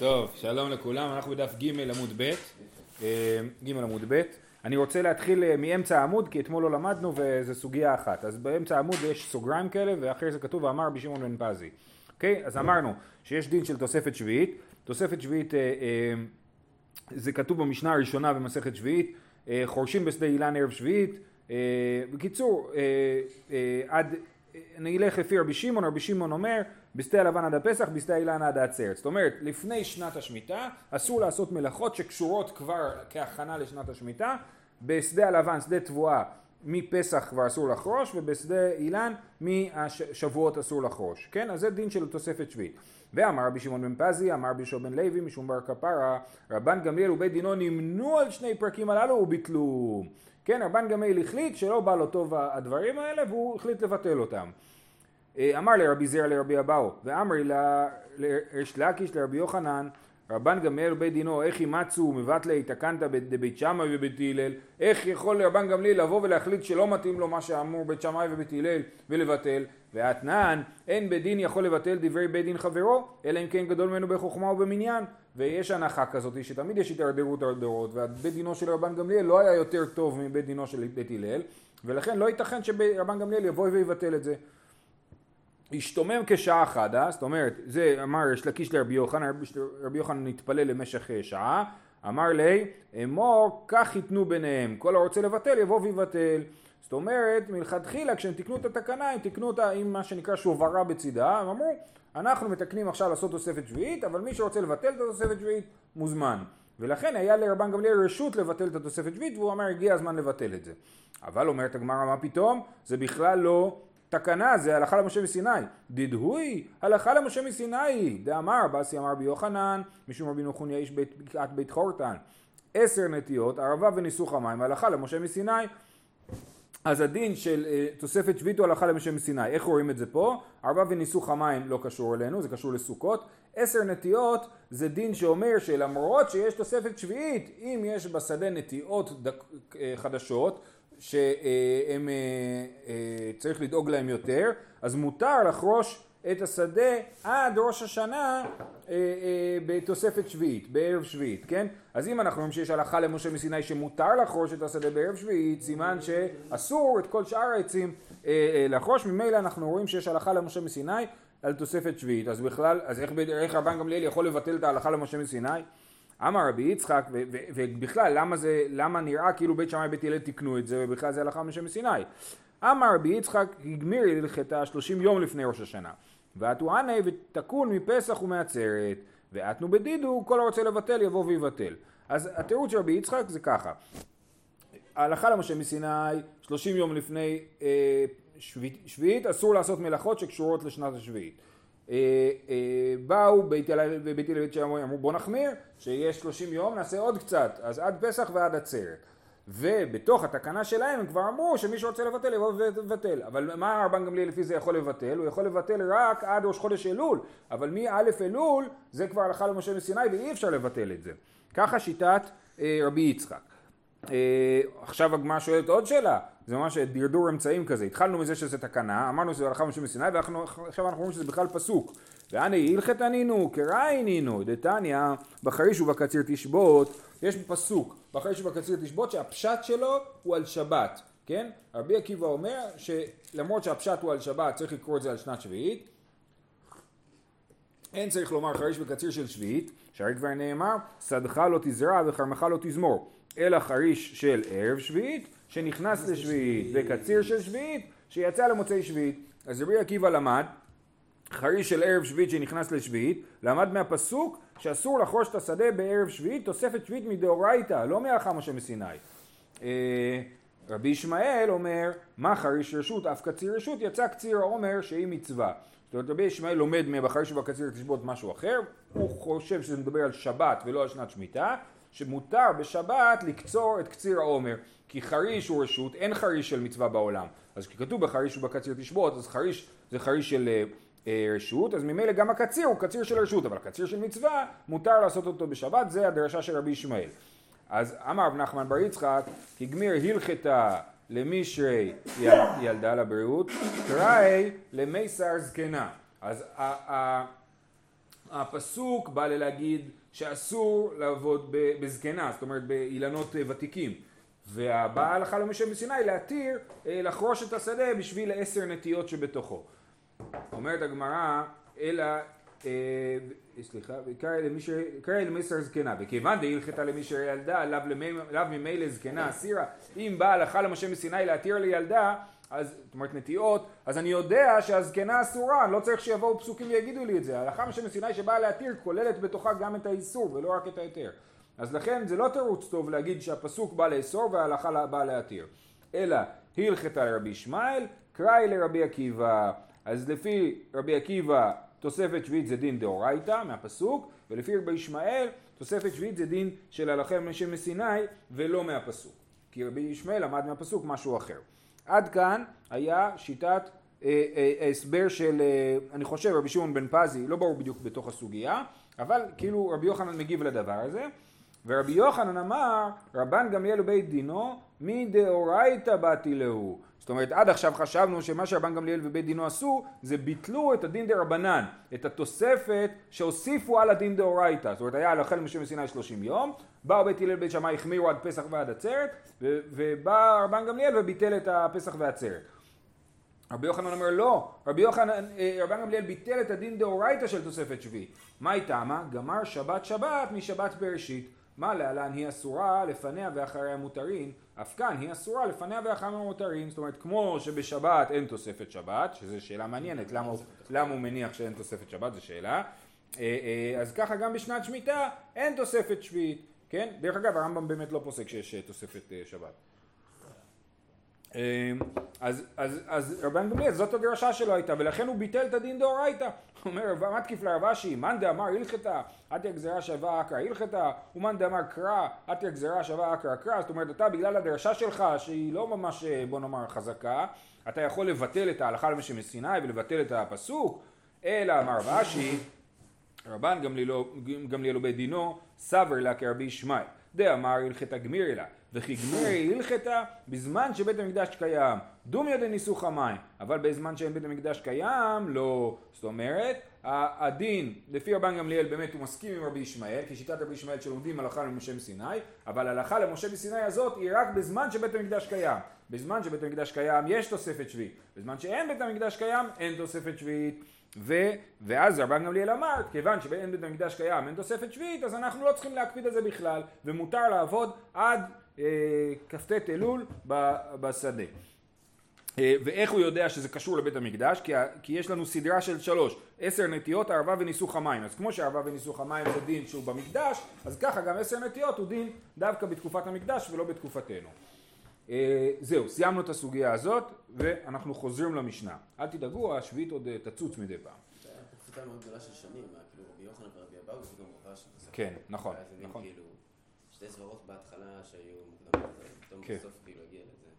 טוב, שלום לכולם, אנחנו בדף ג' עמוד ב'. אני רוצה להתחיל מאמצע העמוד, כי אתמול לא למדנו וזו סוגיה אחת. אז באמצע העמוד יש סוגריים כאלה, ואחרי זה כתוב ואמר רבי שמעון בן פזי. אוקיי? אז אמרנו שיש דין של תוספת שביעית. תוספת שביעית, זה כתוב במשנה הראשונה במסכת שביעית, חורשים בשדה אילן ערב שביעית. בקיצור, נלך לפי רבי שמעון. רבי שמעון אומר, בשדה הלבן עד הפסח, בשדה האילן עד העצרת. זאת אומרת, לפני שנת השמיטה, אסור לעשות מלאכות שקשורות כבר כהכנה לשנת השמיטה. בשדה הלבן, שדה תבואה, מפסח כבר אסור לחרוש, ובשדה אילן, משבועות אסור לחרוש. כן? אז זה דין של תוספת שביעית. ואמר רבי שמעון בן פזי, אמר רבי יהושע בן לוי, משום בר כפרה, רבן גמליאל ובית דינו נמנו על שני פרקים הללו וביטלו. כן, רבן גמליאל החליט שלא בא לו טוב הדברים האלה, והוא החליט לבטל אותם. אמר לרבי זרע לרבי אבאו, ואמר לריש לקיש לרבי יוחנן, רבן גמליאל ובית דינו, איך אימצו מבטלי תקנת בבית שמאי ובית הלל, איך יכול רבן גמליאל לבוא ולהחליט שלא מתאים לו מה שאמור בית שמאי ובית הלל ולבטל? והתנן, אין בית דין יכול לבטל דברי בית דין חברו, אלא אם כן גדול ממנו בחוכמה ובמניין. ויש הנחה כזאת שתמיד יש התדרדרות הדורות, והבית דינו של רבן גמליאל לא היה יותר טוב מבית דינו של בית הלל, ולכן לא ייתכן שרבן גמליאל יבוא ויבטל את זה. השתומם כשעה אחת, זאת אומרת, זה אמר ריש לקיש לרבי יוחנן, רבי יוחנן נתפלל למשך שעה, אמר לי, אמור, כך ייתנו ביניהם, כל הרוצה לבטל יבוא ויבטל. זאת אומרת, מלכתחילה כשהם תקנו את התקנה, הם תקנו אותה עם מה שנקרא שוברה בצידה, הם אמרו, אנחנו מתקנים עכשיו לעשות תוספת שביעית, אבל מי שרוצה לבטל את התוספת שביעית, מוזמן. ולכן היה לרבן גמליאל רשות לבטל את התוספת שביעית, והוא אמר, הגיע הזמן לבטל את זה. אבל אומרת הגמרא, מה פתאום? זה בכלל לא תקנה, זה הלכה למשה מסיני. דדהוי, הלכה למשה מסיני. דאמר, באסי אמר רבי יוחנן, משום רבי נחוניה איש בקעת בית חורתן. 10 נטיות, ערבה וניסוך המים, הלכה למשה מסיני. אז הדין של תוספת שביעית הוא הלכה למשה מסיני. איך רואים את זה פה? ערבה וניסוך המים לא קשור אלינו, זה קשור לסוכות. 10 נטיות זה דין שאומר שלמרות שיש תוספת שביעית, אם יש בשדה נטיות חדשות, שהם צריך לדאוג להם יותר, אז מותר לחרוש את השדה עד ראש השנה בתוספת שביעית, בערב שביעית, כן? אז אם אנחנו רואים שיש הלכה למשה מסיני שמותר לחרוש את השדה בערב שביעית, סימן שאסור את כל שאר העצים לחרוש, ממילא אנחנו רואים שיש הלכה למשה מסיני על תוספת שביעית, אז בכלל, אז איך רבן גמליאל יכול לבטל את ההלכה למשה מסיני? אמר רבי יצחק, ובכלל למה נראה כאילו בית שמאי ובית הלל תיקנו את זה, ובכלל זה הלכה למשה מסיני? אמר רבי יצחק, הגמיר הלכתה 30 יום לפני ראש השנה, ועתו ענה ותקון מפסח ומעצרת, ועתנו בדידו, כל הרוצה לבטל יבוא ויבטל. אז התירוץ של רבי יצחק זה ככה, ההלכה למשה מסיני 30 יום לפני שביעית, אסור לעשות מלאכות שקשורות לשנת השביעית. באו בית הלל ובית הלל אמרו בוא נחמיר שיש 30 יום נעשה עוד קצת, אז עד פסח ועד עצרת, ובתוך התקנה שלהם הם כבר אמרו שמי שרוצה לבטל יבוא ובטל. אבל מה רבן גמליאל לפי זה יכול לבטל? הוא יכול לבטל רק עד ראש חודש אלול, אבל מא' אלול זה כבר הלכה למשה מסיני ואי אפשר לבטל את זה. ככה שיטת רבי יצחק. עכשיו הגמרא שואלת עוד שאלה, זה ממש דרדור אמצעים כזה. התחלנו מזה שזה תקנה, אמרנו שזה הלכה למשה מסיני, ועכשיו אנחנו אומרים שזה בכלל פסוק. והנה הלכת ענינו, קראי ענינו, דתניא, בחריש ובקציר תשבות. יש פסוק, בחריש ובקציר תשבות, שהפשט שלו הוא על שבת, כן? רבי עקיבא אומר שלמרות שהפשט הוא על שבת, צריך לקרוא את זה על שנת שביעית. אין צריך לומר חריש וקציר של שביעית, שהרי כבר נאמר, שדך לא תזרע וכרמך לא תזמור. אלא חריש של ערב שביעית שנכנס לשביעית, וקציר של שביעית שיצא למוצאי שביעית. אז רבי עקיבא למד חריש של ערב שביעית שנכנס לשביעית, למד מהפסוק שאסור לחרוש את השדה בערב שביעית, תוספת שביעית מדאורייתא, לא מהלכה משה מסיני. רבי ישמעאל אומר, מה חריש רשות אף קציר רשות, יצא קציר העומר שהיא מצווה. זאת אומרת, רבי ישמעאל לומד בחריש ובקציר תשבות משהו אחר, הוא חושב שזה מדבר על שבת ולא על שנת שמיטה, שמותר בשבת לקצור את קציר העומר, כי חריש הוא רשות, אין חריש של מצווה בעולם. אז כשכתוב בחריש ובקציר תשבות, אז חריש זה חריש של רשות, אז ממילא גם הקציר הוא קציר של רשות, אבל הקציר של מצווה מותר לעשות אותו בשבת, זה הדרשה של רבי ישמעאל. אז אמר רב נחמן בר יצחק, כגמיר הלכתה למישרי ילדה לבריאות, קראי למיסר זקנה. אז הפסוק בא להגיד שאסור לעבוד בזקנה, זאת אומרת באילנות ותיקים. והבאה הלכה למשה מסיני להתיר לחרוש את השדה בשביל 10 נטיות שבתוכו. אומרת הגמרא, אלא, סליחה, קרא למסר זקנה, וכיוון דהילכתה למי שילדה, לאו ממילא זקנה אסירה, אם באה הלכה למשה מסיני להתיר לילדה, אז, זאת אומרת נטיעות, אז אני יודע שהזקנה אסורה, אני לא צריך שיבואו פסוקים ויגידו לי את זה. ההלכה משה מסיני שבאה להתיר כוללת בתוכה גם את האיסור ולא רק את היתר. אז לכן זה לא תירוץ טוב להגיד שהפסוק בא לאסור וההלכה באה להתיר. אלא הלכתה לרבי ישמעאל, קראי לרבי עקיבא. אז לפי רבי עקיבא תוספת שביעית זה דין דאורייתא מהפסוק, ולפי רבי ישמעאל תוספת שביעית זה דין של הלכה משה מסיני ולא מהפסוק. כי רבי ישמעאל למד מהפסוק משהו אחר. עד כאן היה שיטת הסבר של, אני חושב, רבי שמעון בן פזי, לא ברור בדיוק בתוך הסוגיה, אבל כאילו רבי יוחנן מגיב לדבר הזה, ורבי יוחנן אמר, רבן גמליאל ובית דינו, מדאורייתא באתי להו. זאת אומרת, עד עכשיו חשבנו שמה שרבן גמליאל ובית דינו עשו, זה ביטלו את הדין דרבנן, את התוספת שהוסיפו על הדין דאורייתא. זאת אומרת, היה הלכה למשה מסיני 30 יום, באו בית הלל בית שמאי החמירו עד פסח ועד עצרת, ובא רבן גמליאל וביטל את הפסח והעצרת. רבי יוחנן אומר לא, רבן גמליאל ביטל את הדין דאורייתא של תוספת שביעית. מה איתה? גמר שבת שבת משבת בראשית. מה להלן היא אסורה לפניה ואחריה מותרים, אף כאן היא אסורה לפניה ואחריה מותרים. זאת אומרת, כמו שבשבת אין תוספת שבת, שזו שאלה מעניינת, למה הוא מניח שאין תוספת שבת, זו שאלה. אז ככה גם בשנת שמיטה אין תוספת שביעית, כן? דרך אגב, הרמב"ם באמת לא פוסק שיש תוספת שבת. אז רבן גמליאל, זאת הדרשה שלו הייתה, ולכן הוא ביטל את הדין דאורייתא. הוא אומר, מתקיף לרב אשי, מאן דאמר הלכתה, עתיה גזירה שווה אקרא הלכתה, ומאן דאמר קרא, עתיה גזירה שווה אקרא קרא. זאת אומרת, אתה בגלל הדרשה שלך, שהיא לא ממש, בוא נאמר, חזקה, אתה יכול לבטל את ההלכה למשה מסיני ולבטל את הפסוק, אלא אמר רב אשי, רבן גמליאל ובית דינו, סבר לה כרבי ישמעאל. דאמר הלכתה גמירי לה, וכי גמירי הלכתה בזמן שבית המקדש קיים, דומיה דניסוך המים, אבל בזמן שאין בית המקדש קיים, לא. זאת אומרת, הדין, לפי רבן גמליאל באמת הוא מסכים עם רבי ישמעאל, כי שיטת רבי ישמעאל שלומדים הלכה למשה מסיני, אבל הלכה למשה מסיני הזאת היא רק בזמן שבית המקדש קיים. בזמן שבית המקדש קיים יש תוספת שביעית, בזמן שאין בית המקדש קיים אין תוספת שביעית. ואז רבן גמליאל אמר, כיוון שאין בית המקדש קיים אין תוספת שביעית, אז אנחנו לא צריכים להקפיד על זה בכלל, ומותר לעבוד עד כ"ט אלול בשדה. ואיך הוא יודע שזה קשור לבית המקדש? כי יש לנו סדרה של 3, 10 נטיות, ערבה וניסוך המים. אז כמו שערבה וניסוך המים זה דין שהוא במקדש, אז ככה גם 10 נטיות הוא דין דווקא בתקופת המקדש ולא בתקופתנו. זהו, סיימנו את הסוגיה הזאת ואנחנו חוזרים למשנה. אל תדאגו, השביעית עוד תצוץ מדי פעם. זה היה פה קפיצה מאוד גדולה של שנים, כאילו רבי יוחנן ורבי אבאו וגם רבה של תוספת. כן, נכון. אז זה נכון. כאילו שתי סברות בהתחלה שהיו מוקדמות, פתאום בסוף כאילו הגיע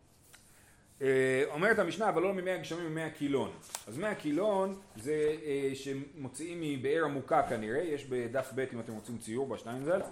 לזה. אומרת המשנה, אבל לא ממי הגשמים, ממי הקילון. אז מי הקילון זה שמוציאים מבאר עמוקה כנראה, יש בדף ב' אם אתם רוצים ציור בשטיינזלץ.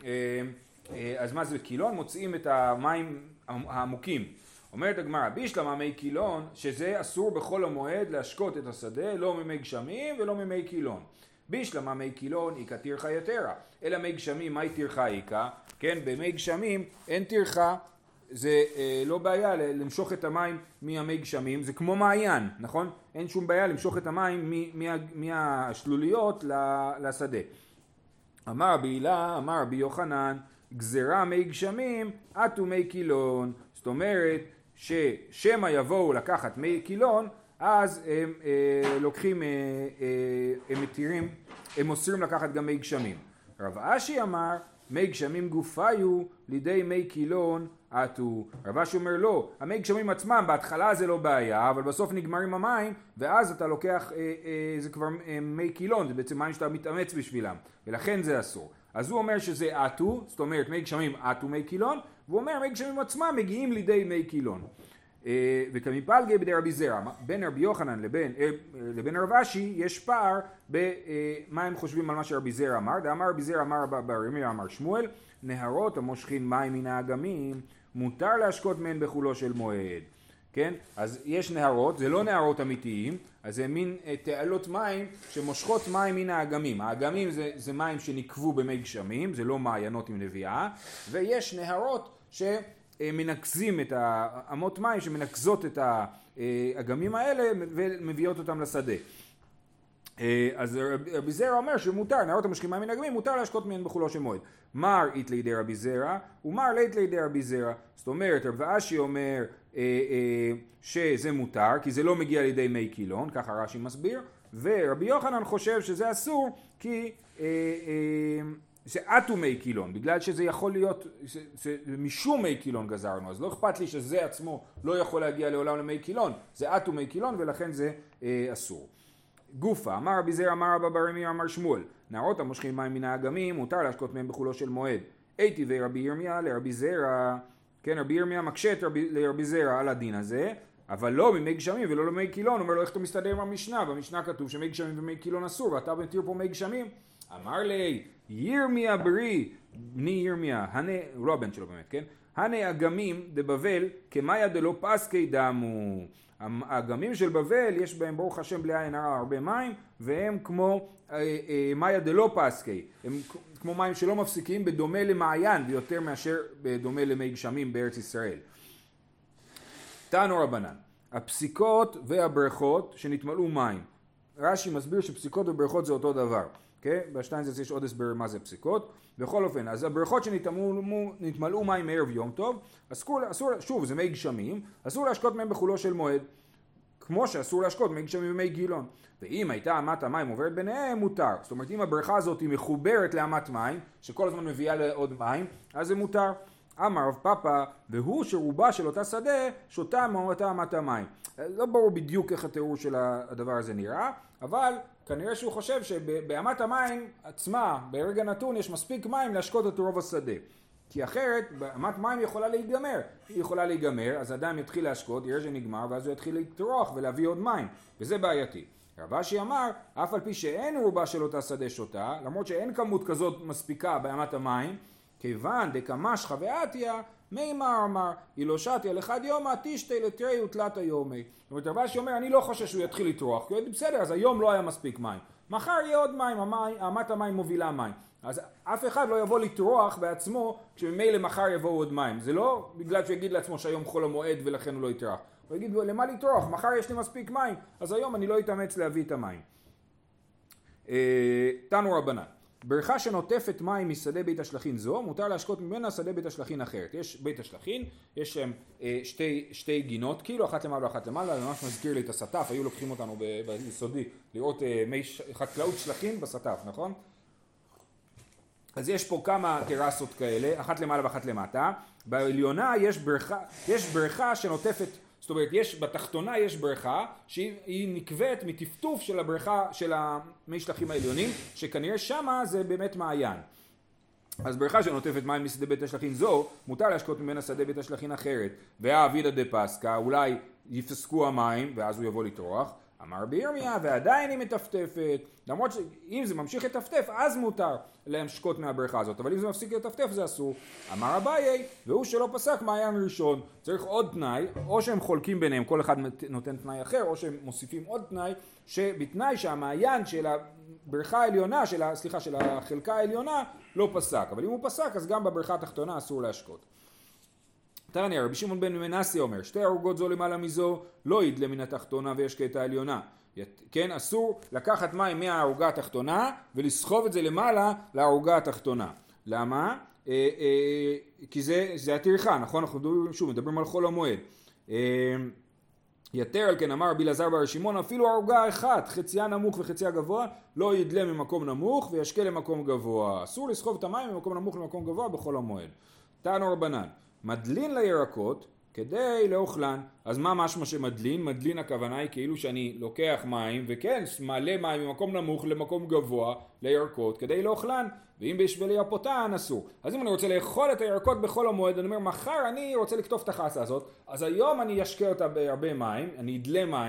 אז מה זה קילון? מוציאים את המים העמוקים. אומרת הגמרא, בישלמה מי קילון, שזה אסור בכל המועד להשקות את השדה, לא ממי גשמים ולא ממי קילון. בישלמה מי קילון איכא טרחה יתרה, אלא מי גשמים מהי טרחה איכא? כן, במי גשמים אין טרחה, זה לא בעיה למשוך את המים מהמי גשמים, זה כמו מעיין, נכון? אין שום בעיה למשוך את המים מהשלוליות לשדה. אמר רבי הילה, אמר רבי יוחנן, גזרה מי גשמים, עטו מי קילון. זאת אומרת ששמה יבואו לקחת מי קילון, אז הם לוקחים, הם מתירים, הם אוסרים לקחת גם מי גשמים. רב אשי אמר, מי גשמים גופיו לידי מי קילון עטו. רב אשי אומר לא, המי גשמים עצמם בהתחלה זה לא בעיה, אבל בסוף נגמרים המים, ואז אתה לוקח, זה כבר מי קילון, זה בעצם מים שאתה מתאמץ בשבילם, ולכן זה אסור. אז הוא אומר שזה עטו, זאת אומרת מי גשמים עטו מי קילון, והוא אומר מי גשמים עצמם מגיעים לידי מי קילון. וכמפלגי בידי רבי זרע, בין רבי יוחנן לבין רב אשי יש פער במה הם חושבים על מה שרבי זרע אמר. דאמר רבי זרע אמר ברמיה אמר שמואל, נהרות המושכין מים מן האגמים מותר להשקות מהן בחולו של מועד. כן? אז יש נהרות, זה לא נהרות אמיתיים, אז זה מין תעלות מים שמושכות מים מן האגמים. האגמים זה מים שנקבו במי גשמים, זה לא מעיינות עם נביעה, ויש נהרות שמנקזים את האמות מים שמנקזות את האגמים האלה ומביאות אותם לשדה. אז רבי זרע אומר שמותר, נהרות המשקים מים מן האגמים, מותר להשקות מהן בחולו של מועד. מר אית לידי רבי זרע, ומר לית לידי רבי זרע. זאת אומרת, רב אשי אומר שזה מותר, כי זה לא מגיע לידי מי קילון, ככה רש"י מסביר, ורבי יוחנן חושב שזה אסור, כי זה עטו מי קילון, בגלל שזה יכול להיות, משום מי קילון גזרנו, אז לא אכפת לי שזה עצמו לא יכול להגיע לעולם למי קילון, זה עטו מי קילון ולכן זה אסור. גופה, אמר רבי זרע, אמר רבא בר ימיה, אמר שמואל, נהרות המושכים מים מן האגמים, מותר להשקות מהם בחולו של מועד. הייתי ורבי ירמיה לרבי זרע, כן, רבי ירמיה מקשה לרבי זרע על הדין הזה, אבל לא ממי גשמים ולא למי קילון. הוא אומר לו, איך אתה מסתדר עם המשנה? במשנה כתוב שמי גשמים ומי קילון אסור, ואתה מתיר פה מי גשמים. אמר לי, ירמיה ברי, בני ירמיה, הוא לא הבן שלו באמת, כן? הנה אגמים דבבל כמאיה דלא פסקי דמו. האגמים של בבל יש בהם ברוך השם בלי עין הרע הרבה מים, והם כמו מאיה דלא פסקי, הם כמו מים שלא מפסיקים, בדומה למעיין ויותר מאשר בדומה למי גשמים בארץ ישראל. תנו רבנן, הפסיקות והברכות שנתמלאו מים. רש"י מסביר שפסיקות וברכות זה אותו דבר. בשטיינזלץ יש עוד הסבר מה זה פסיקות. בכל אופן, אז הברכות שנתמלאו מים מערב יום טוב, אסור, שוב זה מי גשמים, אסור להשקות מהם בחולו של מועד, כמו שאסור להשקות מי גשמים ומי גילון. ואם הייתה אמת המים עוברת ביניהם, מותר. זאת אומרת, אם הבריכה הזאת היא מחוברת לאמת מים, שכל הזמן מביאה לעוד מים, אז זה מותר. אמר רב פאפא, והוא שרובה של אותה שדה שותה מאותה אמת המים. לא ברור בדיוק איך התיאור של הדבר הזה נראה, אבל כנראה שהוא חושב שבאמת המים עצמה, ברגע נתון, יש מספיק מים להשקות את רוב השדה. כי אחרת, אמת מים יכולה להיגמר. היא יכולה להיגמר, אז אדם יתחיל להשקות, יראה שנגמר, ואז הוא יתחיל לטרוח ולהביא עוד מים. וזה בעייתי. רב אשי אמר, אף על פי שאין רובה של אותה שדה שותה, למרות שאין כמות כזאת מספיקה באמת המים, כיוון דקמשך ועתיה, מימר אמר, אילו שתיה לחד יומא, תשתה לתרי ותלת היומי. זאת אומרת, רב אשי אומר, אני לא חושב שהוא יתחיל לטרוח, כי בסדר, אז היום לא היה מספיק מים. מחר יהיה עוד מים, אמת המים מובילה מים. אז אף אחד לא יבוא לטרוח בעצמו, כשממילא מחר יבואו עוד מים. זה לא בגלל שהוא יגיד לעצמו שהיום חול המועד ולכן הוא לא יטרח. הוא יגיד, למה לטרוח? מחר יש לי מספיק מים, אז היום אני לא אתאמץ להביא את המים. תנו רבנן. בריכה שנוטפת מים משדה בית השלכין זו, מותר להשקות ממנה שדה בית השלכין אחרת. יש בית השלכין, יש שם שתי גינות, כאילו אחת למעלה ואחת למעלה, זה ממש מזכיר לי את הסטף, היו לוקחים אותנו ביסודי לראות חקלאות שלכין בסטף, נכון? אז יש פה כמה טרסות כאלה, אחת למעלה ואחת למטה. בעליונה יש בריכה שנוטפת, זאת אומרת, בתחתונה יש בריכה שהיא נקבעת מטפטוף של הבריכה של המי שלחים העליונים, שכנראה שמה זה באמת מעיין. אז בריכה שנוטפת מים משדה בית השלכין זו, מותר להשקות ממנה שדה בית השלכין אחרת. והאבידא דפסקה, אולי יפסקו המים ואז הוא יבוא לטרוח. אמר בירמיה, ועדיין היא מטפטפת, למרות שאם זה ממשיך לטפטף, אז מותר להשקות מהבריכה הזאת, אבל אם זה מפסיק לטפטף זה אסור. אמר אביי, והוא שלא פסק מעיין ראשון, צריך עוד תנאי, או שהם חולקים ביניהם, כל אחד נותן תנאי אחר, או שהם מוסיפים עוד תנאי, שבתנאי שהמעיין של הבריכה העליונה, של החלקה העליונה, לא פסק, אבל אם הוא פסק, אז גם בבריכה התחתונה אסור להשקות. תרני, רבי שמעון בן מנסיה אומר, שתי ערוגות זו למעלה מזו, לא ידלה מן התחתונה וישקה את העליונה. כן, אסור לקחת מים מהערוגה התחתונה ולסחוב את זה למעלה לערוגה התחתונה. למה? כי זה הטרחה, נכון? אנחנו שוב מדברים על חול המועד. יתר על כן אמר רבי אלעזר בר שמעון, אפילו ערוגה אחת, חציה נמוך וחציה גבוה, לא ידלה ממקום נמוך וישקה למקום גבוה. אסור לסחוב את המים ממקום נמוך למקום גבוה בחול המועד. תנו רבנן. מדלין לירקות כדי לאוכלן. אז מה משמע שמדלין? מדלין הכוונה היא כאילו שאני לוקח מים וכן מעלה מים ממקום נמוך למקום גבוה לירקות כדי לאוכלן, ואם בשבילי הפותן אסור. אז אם אני רוצה לאכול את הירקות בכל המועד, אני אומר מחר אני רוצה לקטוף את החסה הזאת, אז היום אני אשקה אותה בהרבה מים, אני אדלה מים,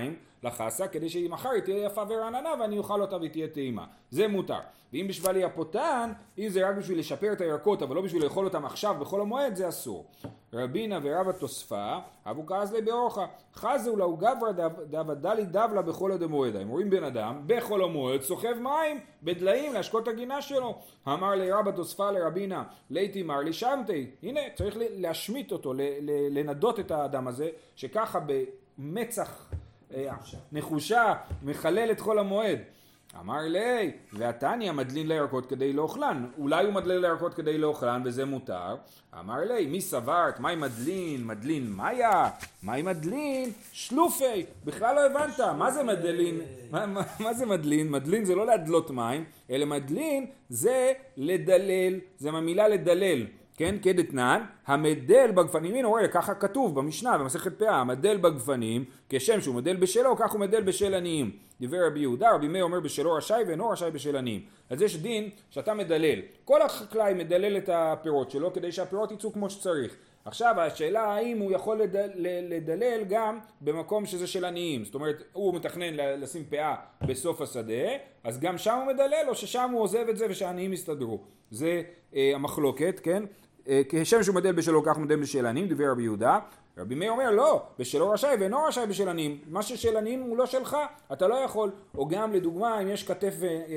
לחסה, כדי שמחר היא תהיה יפה ורעננה ואני אוכל אותה והיא תהיה טעימה. זה מותר. ואם בשביל לי הפותן, אם זה רק בשביל לשפר את הירקות, אבל לא בשביל לאכול אותם עכשיו בכל המועד, זה אסור. רבינה ורב התוספה, אבו כעז לי באורחה, חזו לאו גברא דאבדלי דבלה בכל הדמועד. הם רואים בן אדם, בכל המועד, סוחב מים, בדליים, להשקות את הגינה שלו. אמר לי רב התוספה לרבינה, ליתי מר לי שמתי. הנה, צריך להשמיט אותו, לנדות את האדם הזה, שככה במצח נחושה, מחלל את כל המועד. אמר לי, והתניא מדלין לירקות כדי לאוכלן. אולי הוא מדלין לירקות כדי לאוכלן וזה מותר. אמר לי, מי סברת? מהי מדלין? מדלין מאיה? מהי מדלין? שלופי. בכלל לא הבנת. מה זה מדלין? מה זה מדלין? מדלין זה לא להדלות מים, אלא מדלין זה לדלל. זה מהמילה לדלל. כן, כדתנן, המדל בגפנים, הנה רואה, ככה כתוב במשנה, במסכת פאה, המדל בגפנים, כשם שהוא מדל בשלו, כך הוא מדל בשל עניים. דיבר רבי יהודה, רבי מאיר אומר בשלו רשאי ואינו רשאי בשל עניים. אז יש דין שאתה מדלל. כל החקלאי מדלל את הפירות שלו כדי שהפירות יצאו כמו שצריך. עכשיו השאלה האם הוא יכול לדלל גם במקום שזה של עניים. זאת אומרת, הוא מתכנן לשים פאה בסוף השדה, אז גם שם הוא מדלל או ששם הוא עוזב את זה ושהעניים יסתדרו. זה המחלוקת, כן? כשם שהוא מדל בשלו כך מדל בשל עניים, דיבר רבי יהודה. רבי מאיר אומר לא, בשלו רשאי ואינו רשאי בשל עניים. מה ששל עניים הוא לא שלך, אתה לא יכול. או גם לדוגמה אם יש כתף,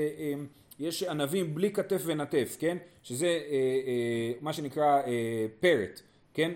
יש ענבים בלי כתף ונטף, כן? שזה מה שנקרא פרט, כן?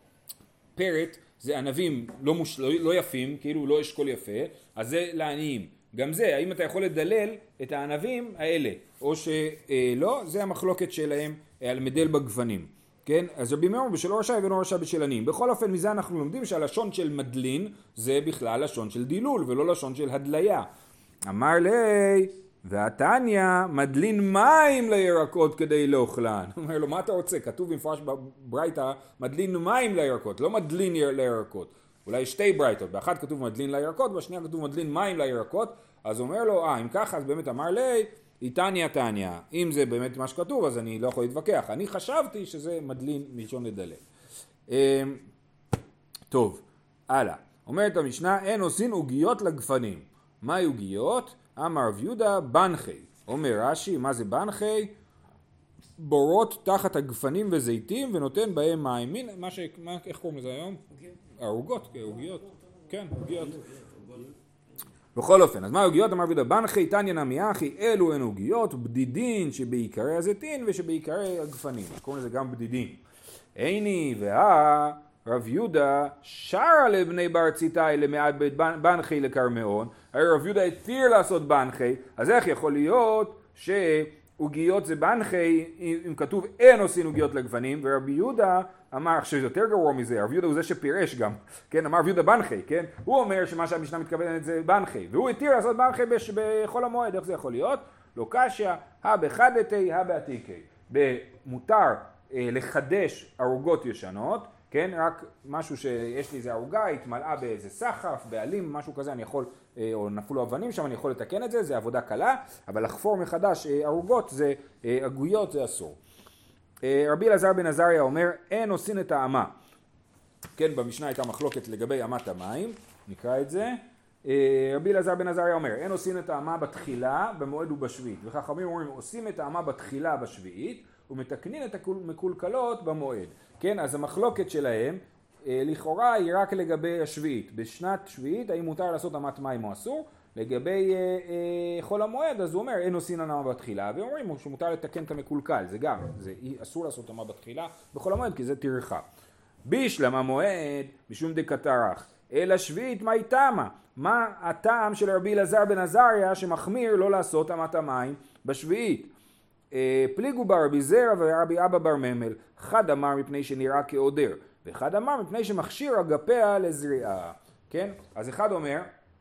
פרט זה ענבים לא יפים, כאילו לא אשכול יפה, אז זה לעניים. גם זה, האם אתה יכול לדלל את הענבים האלה, או שלא, זה המחלוקת שלהם על מדל בגוונים. כן? אז רבי מאיר בשלו רשאי ואינו רשאי בשל עניים. בכל אופן מזה אנחנו לומדים שהלשון של מדלין זה בכלל לשון של דילול ולא לשון של הדליה. אמר לי, והתניא מדלין מים לירקות כדי לאוכלן. הוא אומר לו, מה אתה רוצה? כתוב במפורש בברייתא, מדלין מים לירקות, לא מדלין לירקות. אולי שתי ברייתות, באחת כתוב מדלין לירקות, בשנייה כתוב מדלין מים לירקות. אז הוא אומר לו, אם ככה, אז באמת אמר לי, תניא תניא, אם זה באמת מה שכתוב אז אני לא יכול להתווכח, אני חשבתי שזה מדלין מלשון לדלל. טוב, הלאה, אומרת המשנה, אין עושים עוגיות לגפנים. מהי עוגיות? אמר רב יהודה בנחי. אומר רש"י, מה זה בנחי? בורות תחת הגפנים וזיתים ונותן בהם מים. מין, איך קוראים לזה היום? עוגות, עוגיות. כן, עוגיות. בכל אופן, אז מה עוגיות? אמר רב יהודה בנחי, תניא נמי אחי, אלו הן עוגיות בדידין שבעיקרי הזיתין ושבעיקרי הגפנים. קוראים לזה גם בדידין. איני רב יהודה שרה לבני בר ציטאי למעט בית בנחי לקרמאון. הרי רב יהודה התיר לעשות בנחי, אז איך יכול להיות שעוגיות זה בנחי אם כתוב אין עושים עוגיות לגפנים, ורבי יהודה אמר שזה יותר גרוע מזה, רב יהודה הוא זה שפירש גם, כן, אמר רב יהודה בנחי, כן, הוא אומר שמה שהמשנה מתכוונת זה בנחי, והוא התיר לעשות בנחי בכל המועד. איך זה יכול להיות? לא קשיא, בחדתי, בעתיקי. במותר לחדש ערוגות ישנות, כן, רק משהו שיש לי איזה ערוגה, התמלאה באיזה סחף, בעלים, משהו כזה, אני יכול, או נפלו אבנים שם, אני יכול לתקן את זה, זה עבודה קלה, אבל לחפור מחדש ערוגות, זה עגויות, זה אסור. רבי אלעזר בן עזריה אומר, אין עושים את האמה. כן, במשנה הייתה מחלוקת לגבי אמת המים, נקרא את זה. רבי אלעזר בן עזריה אומר, אין עושים את האמה בתחילה, במועד ובשביעית. וחכמים אומרים, עושים את האמה בתחילה בשביעית, ומתקנים את המקולקלות במועד. כן, אז המחלוקת שלהם, לכאורה היא רק לגבי השביעית. בשנת שביעית, האם מותר לעשות אמת מים או אסור? לגבי חול המועד, אז הוא אומר, אין עושים אמה בתחילה, ואומרים שמותר לתקן את המקולקל, זה גם, אסור לעשות אמה בתחילה בחול המועד, כי זה טרחה. בישלם המועד, משום דקטרח, אלא שביעית מה איתמה? מה הטעם של רבי אלעזר בן עזריה שמחמיר לא לעשות אמת המים בשביעית? פליגו בר רבי זרע ורבי אבא בר ממל, אחד אמר מפני שנראה כעודר, ואחד אמר מפני שמכשיר אגפיה לזריעה. כן? אז אחד אומר,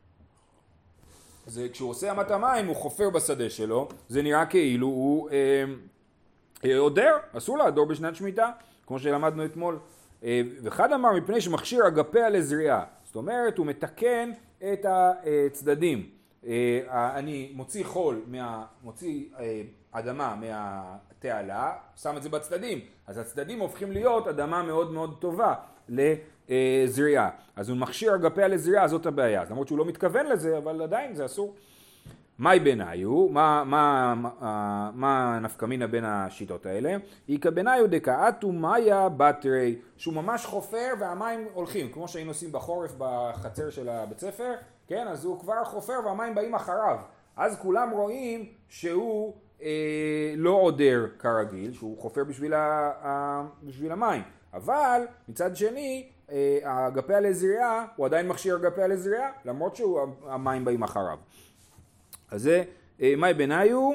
זה כשהוא עושה אמת המים הוא חופר בשדה שלו, זה נראה כאילו הוא עודר, אסור לעדור בשנת שמיטה, כמו שלמדנו אתמול. ואחד אמר מפני שמכשיר אגפיה לזריעה, זאת אומרת הוא מתקן את הצדדים. אני מוציא חול, מוציא אדמה מהתעלה, שם את זה בצדדים, אז הצדדים הופכים להיות אדמה מאוד מאוד טובה לזריעה. אז הוא מכשיר אגפיה לזריעה, זאת הבעיה. למרות שהוא לא מתכוון לזה, אבל עדיין זה אסור. מהי ביניו? מה נפקא מינה בין השיטות האלה? איכא ביניו דקאתו מאיה בתרי, שהוא ממש חופר והמים הולכים, כמו שהיינו עושים בחורף בחצר של הבית ספר, כן? אז הוא כבר חופר והמים באים אחריו. אז כולם רואים שהוא לא עודר כרגיל, שהוא חופר בשביל המים. אבל מצד שני, אגפיה לזריעה, הוא עדיין מכשיר אגפיה לזריעה, למרות שהמים באים אחריו. אז זה, מהי ביניו?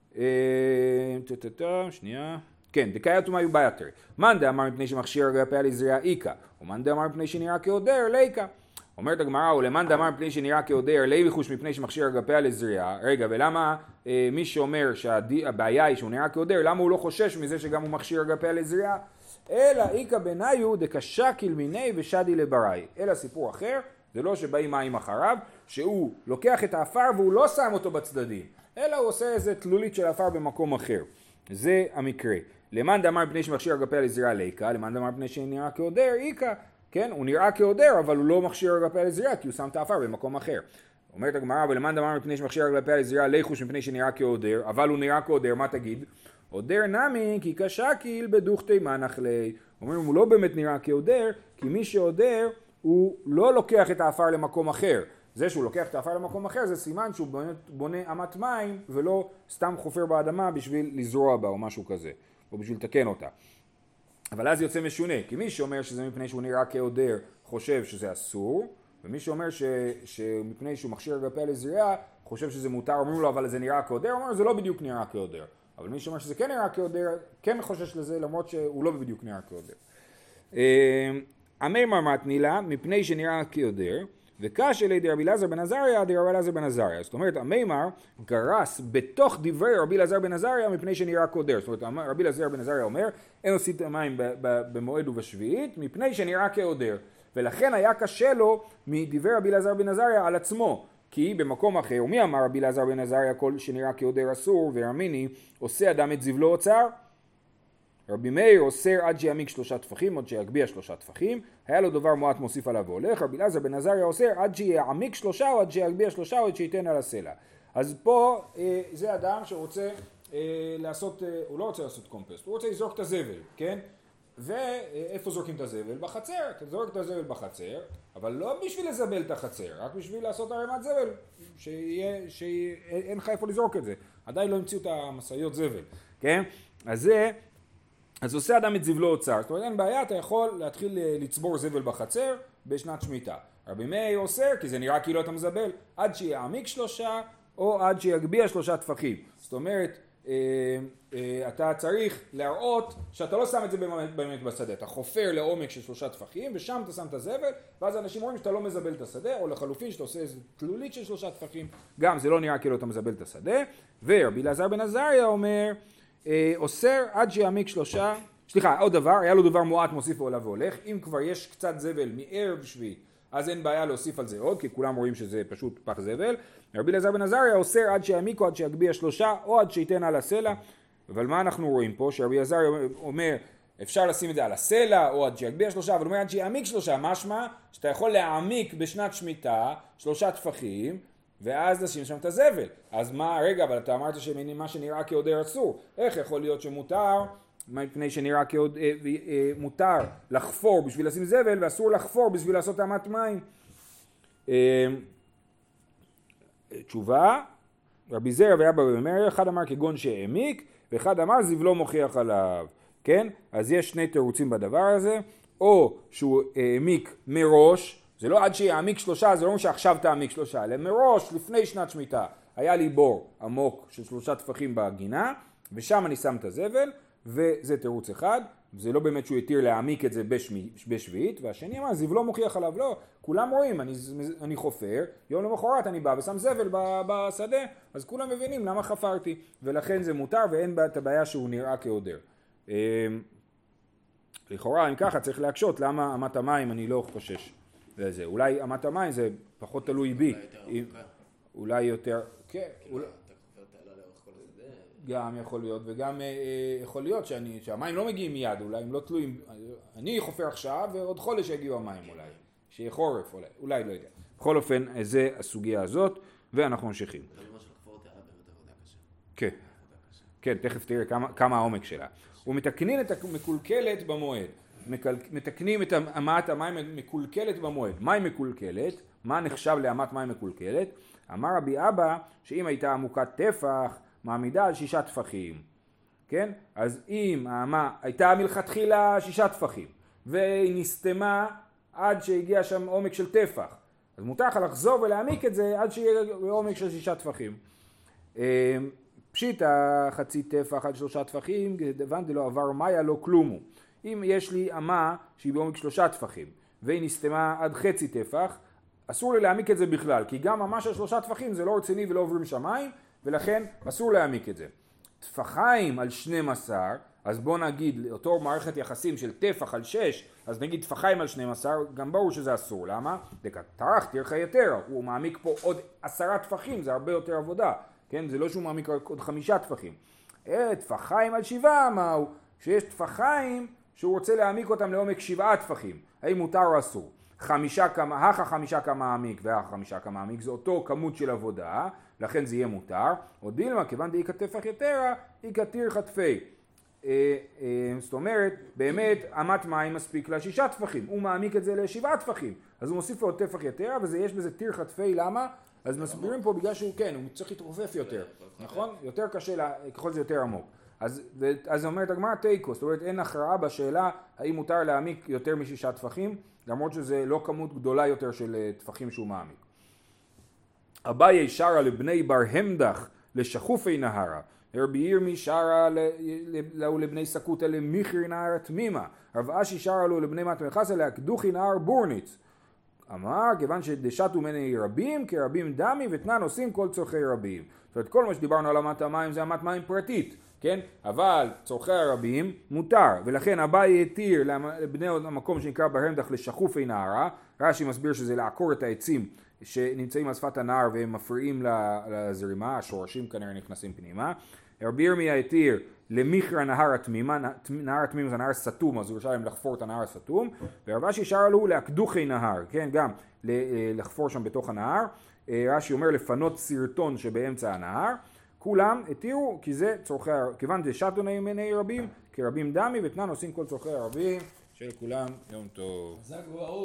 שנייה. כן, דקאתו מאי ביתרי. מאן דאמר מפני שמכשיר אגפיה לזריעה איכא, ומאן דאמר מפני שנראה כעודר ליכא. אומרת הגמרא, ולמאן דאמר מפני שנראה כעודר לי בחוש מפני שמכשיר אגפיה לזריעה. רגע, ולמה מי שאומר שהבעיה היא שהוא נראה כעודר, למה הוא לא חושש מזה שגם הוא מכשיר אגפיה לזריעה? אלא איכא ביניו דקשקיל מיני ושדי לבראי. אלא סיפור אחר, זה לא שבאים מים אחריו, שהוא לוקח את האפר והוא לא שם אותו בצדדים, אלא הוא עושה איזה תלולית של האפר במקום אחר. זה המקרה. למאן דאמר מפני שמכשיר אגפיה לזריעה ליכא, למאן דאמר מפני שנראה כעודר איכא. כן, הוא נראה כעודר, אבל הוא לא מכשיר אגפיה לזריעה, כי הוא שם את האפר במקום אחר. אומרת הגמרא, ולמאן דאמר מפני שמכשיר אגפיה לזריעה ליחוש מפני שנראה כעודר, אבל הוא נראה כעודר, מה תגיד? עודר נמי כי כשקיל בדוכתי מנח לי. אומרים, הוא לא באמת נראה כעודר, כי מי שעודר הוא לא לוקח את האפר למקום אחר. זה שהוא לוקח את האפר למקום אחר זה סימן שהוא בונה אמת מים ולא סתם חופר באדמה בשביל לזרוע בה או משהו כזה, או בשביל לתקן אותה. אבל אז יוצא משונה, כי מי שאומר שזה מפני שהוא נראה כעודר חושב שזה אסור, ומי שאומר שמפני שהוא מכשיר אגפיה לזריעה חושב שזה מותר, אומרים לו אבל זה נראה כעודר, אומר זה לא בדיוק נראה כעודר. אבל מי שאומר שזה כן נראה כעודר, כן חושש לזה למרות שהוא לא בדיוק נראה כעודר. המימר מתנילה מפני שנראה כעודר, וקש אלי דרבי אלעזר בן עזריה דרבי אלעזר בן עזריה. זאת אומרת, המימר גרס בתוך דברי רבי אלעזר בן עזריה מפני שנראה כעודר. זאת אומרת, רבי אלעזר בן עזריה אומר, אין עושית המים במועד ובשביעית מפני שנראה כעודר. ולכן היה קשה לו מדברי רבי אלעזר בן עזריה על עצמו. כי במקום אחר, ומי אמר רבי אלעזר בן עזריה כל שנראה כעודר אסור, ורמיני עושה אדם את זבלו אוצר. רבי מאיר אוסר עד שיעמיק 3 טפחים, עד שיגביה 3 טפחים, היה לו דבר מועט מוסיף עליו והולך. רבי אלעזר בן עזריה אוסר עד שיעמיק 3 או עד שיגביה 3 או עד שייתן על הסלע. אז פה זה אדם שרוצה לעשות, הוא לא רוצה לעשות קומפוסט, הוא רוצה לזרוק את הזבל, כן? ואיפה זורקים את הזבל? בחצר. אתה זורק את הזבל בחצר, אבל לא בשביל לזבל את החצר, רק בשביל לעשות ערימת זבל, שאין לך איפה לזרוק את זה. עדיין לא המציאו את המשאיות זבל, כן? אז עושה אדם את זבלו אוצר. זאת אומרת, אין בעיה, אתה יכול להתחיל לצבור זבל בחצר בשנת שמיטה. רבי מאיר אוסר, כי זה נראה כאילו אתה מזבל, עד שיעמיק 3 או עד שיגביה 3 טפחים. זאת אומרת, אתה צריך להראות שאתה לא שם את זה באמת בשדה. אתה חופר לעומק של 3 טפחים, ושם אתה שם את הזבל, ואז אנשים רואים שאתה לא מזבל את השדה, או לחלופין שאתה עושה איזו תלולית של 3 טפחים. גם זה לא נראה כאילו אתה מזבל את השדה. ורבי אלעזר בן עזריה אומר, אוסר עד שיעמיק 3, עוד דבר, היה לו דבר מועט מוסיף עליו והולך, אם כבר יש קצת זבל מערב שביעית, אז אין בעיה להוסיף על זה עוד, כי כולם רואים שזה פשוט פח זבל. רבי אלעזר בן עזריה אוסר עד שיעמיק או עד שיגביה 3 או עד שייתן על הסלע. אבל מה אנחנו רואים פה? שרבי אלעזר אומר, אפשר לשים את זה על הסלע או עד שיגביה 3, אבל אומר עד שיעמיק 3, משמע שאתה יכול להעמיק בשנת שמיטה 3 טפחים, ואז לשים שם את הזבל. אז מה, רגע, אבל אתה אמרת שמה שנראה כעודר אסור. איך יכול להיות שמותר, מפני שנראה מותר לחפור בשביל לשים זבל, ואסור לחפור בשביל לעשות אמת מים? תשובה, רבי זרע ורבא במאיר, אחד אמר כגון שהעמיק, ואחד אמר זבלו מוכיח עליו. כן? אז יש 2 תירוצים בדבר הזה, או שהוא העמיק מראש, זה לא עד שיעמיק 3, זה לא אומר שעכשיו תעמיק 3, אלא מראש, לפני שנת שמיטה, היה לי בור עמוק של 3 טפחים בגינה, ושם אני שם את הזבל, וזה תירוץ אחד, זה לא באמת שהוא יתיר להעמיק את זה בשביעית, והשני אמר, זבלו מוכיח עליו, לא, כולם רואים, אני חופר, יום למחרת אני בא ושם זבל בשדה, אז כולם מבינים למה חפרתי, ולכן זה מותר ואין את הבעיה שהוא נראה כעודר. לכאורה, אם ככה צריך להקשות, למה אמת המים אני לא חושש לזה. אולי אמת המים זה פחות תלוי בי. אולי יותר, כן. אתה חופר תעלה לאורך כל השדה? גם יכול להיות, וגם יכול להיות שהמים לא מגיעים מיד, אולי הם לא תלויים, אני חופר עכשיו ועוד חודש יגיעו המים אולי, שיהיה חורף אולי לא יודע. בכל אופן, זה הסוגיה הזאת, ואנחנו ממשיכים. כן, כן, תכף תראה כמה העומק שלה. ומתקנים את המקולקלת במועד, מתקנים את אמת המים מקולקלת במועד. מים מקולקלת, מה נחשב לאמת מים מקולקלת? אמר רבי אבא שאם הייתה עמוקת טפח, מעמידה על 6 טפחים, כן? אז אם האמה הייתה מלכתחילה 6 טפחים, והיא נסתמה עד שהגיע שם עומק של טפח, אז מותר לך לחזור ולהעמיק את זה עד שיהיה עומק של 6 טפחים. פשיטה חצי טפח עד 3 טפחים, הבנתי לא עבר מאיה לא כלומו. אם יש לי אמה שהיא בעומק 3 טפחים, והיא נסתמה עד חצי טפח, אסור לי להעמיק את זה בכלל, כי גם אמה של 3 טפחים זה לא רציני ולא עוברים שמיים, ולכן אסור להעמיק את זה. טפחיים על 12, אז בוא נגיד אותו מערכת יחסים של טפח על 6, אז נגיד טפחיים על 12, גם ברור שזה אסור. למה? דקטרח תרחה יותר, הוא מעמיק פה עוד 10 טפחים, זה הרבה יותר עבודה. כן? זה לא שהוא מעמיק עוד 5 טפחים. טפחיים על 7, מהו? שיש טפחיים שהוא רוצה להעמיק אותם לעומק 7 טפחים. האם מותר או אסור? 5 כמה, הכה 5 כמה העמיק והכה 5 כמה העמיק, זה אותו כמות של עבודה, לכן זה יהיה מותר. או דילמה, כיוון דאיקה טפח יתרה, איקה תירחה טפי. זאת אומרת, באמת אמת מים מספיק ל6 טפחים, הוא מעמיק את זה ל7 טפחים, אז הוא מוסיף לו עוד טפח יתרה, ויש בזה תירחה טפי, למה? אז מסבירים פה בגלל שהוא כן, הוא צריך להתרופף יותר, נכון? יותר קשה, ככל זה יותר עמוק. אז אומרת הגמרא תיקו, זאת אומרת אין הכרעה בשאלה האם מותר להעמיק יותר מ6 טפחים, למרות שזה לא כמות גדולה יותר של טפחים שהוא מעמיק. אביי שרה לבני בר המדח לשחופי נהרה, רבי ירמי שרה לו לבני סקוטה למיכר נהר תמימה, רב אשי שרה לו לבני מת מחסה להקדוחי נהר בורניץ. אמר, כיוון שדשתו מני רבים, כרבים דמי, ותנן עושים כל צורכי רבים. זאת אומרת, כל מה שדיברנו על אמת המים זה אמת מים פרטית, כן? אבל צורכי הרבים מותר, ולכן אביי התיר לבני המקום שנקרא בהמדח לשחופי נהרה, רש"י מסביר שזה לעקור את העצים שנמצאים על שפת הנהר והם מפריעים לזרימה, השורשים כנראה נכנסים פנימה. רבי ירמיה התיר למיכר הנהר התמימה, נהר התמימה זה נהר סתום, אז הוא רשאי להם לחפור את הנהר הסתום, ורב אשי שר לו להקדוחי נהר, כן, גם לחפור שם בתוך הנהר, רש"י אומר לפנות סרטון שבאמצע הנהר, כולם התירו כי זה צורכי, כיוון דשתו מני רבים, כרבים דמי, ותנן עושים כל צורכי הרבים, של כולם יום טוב.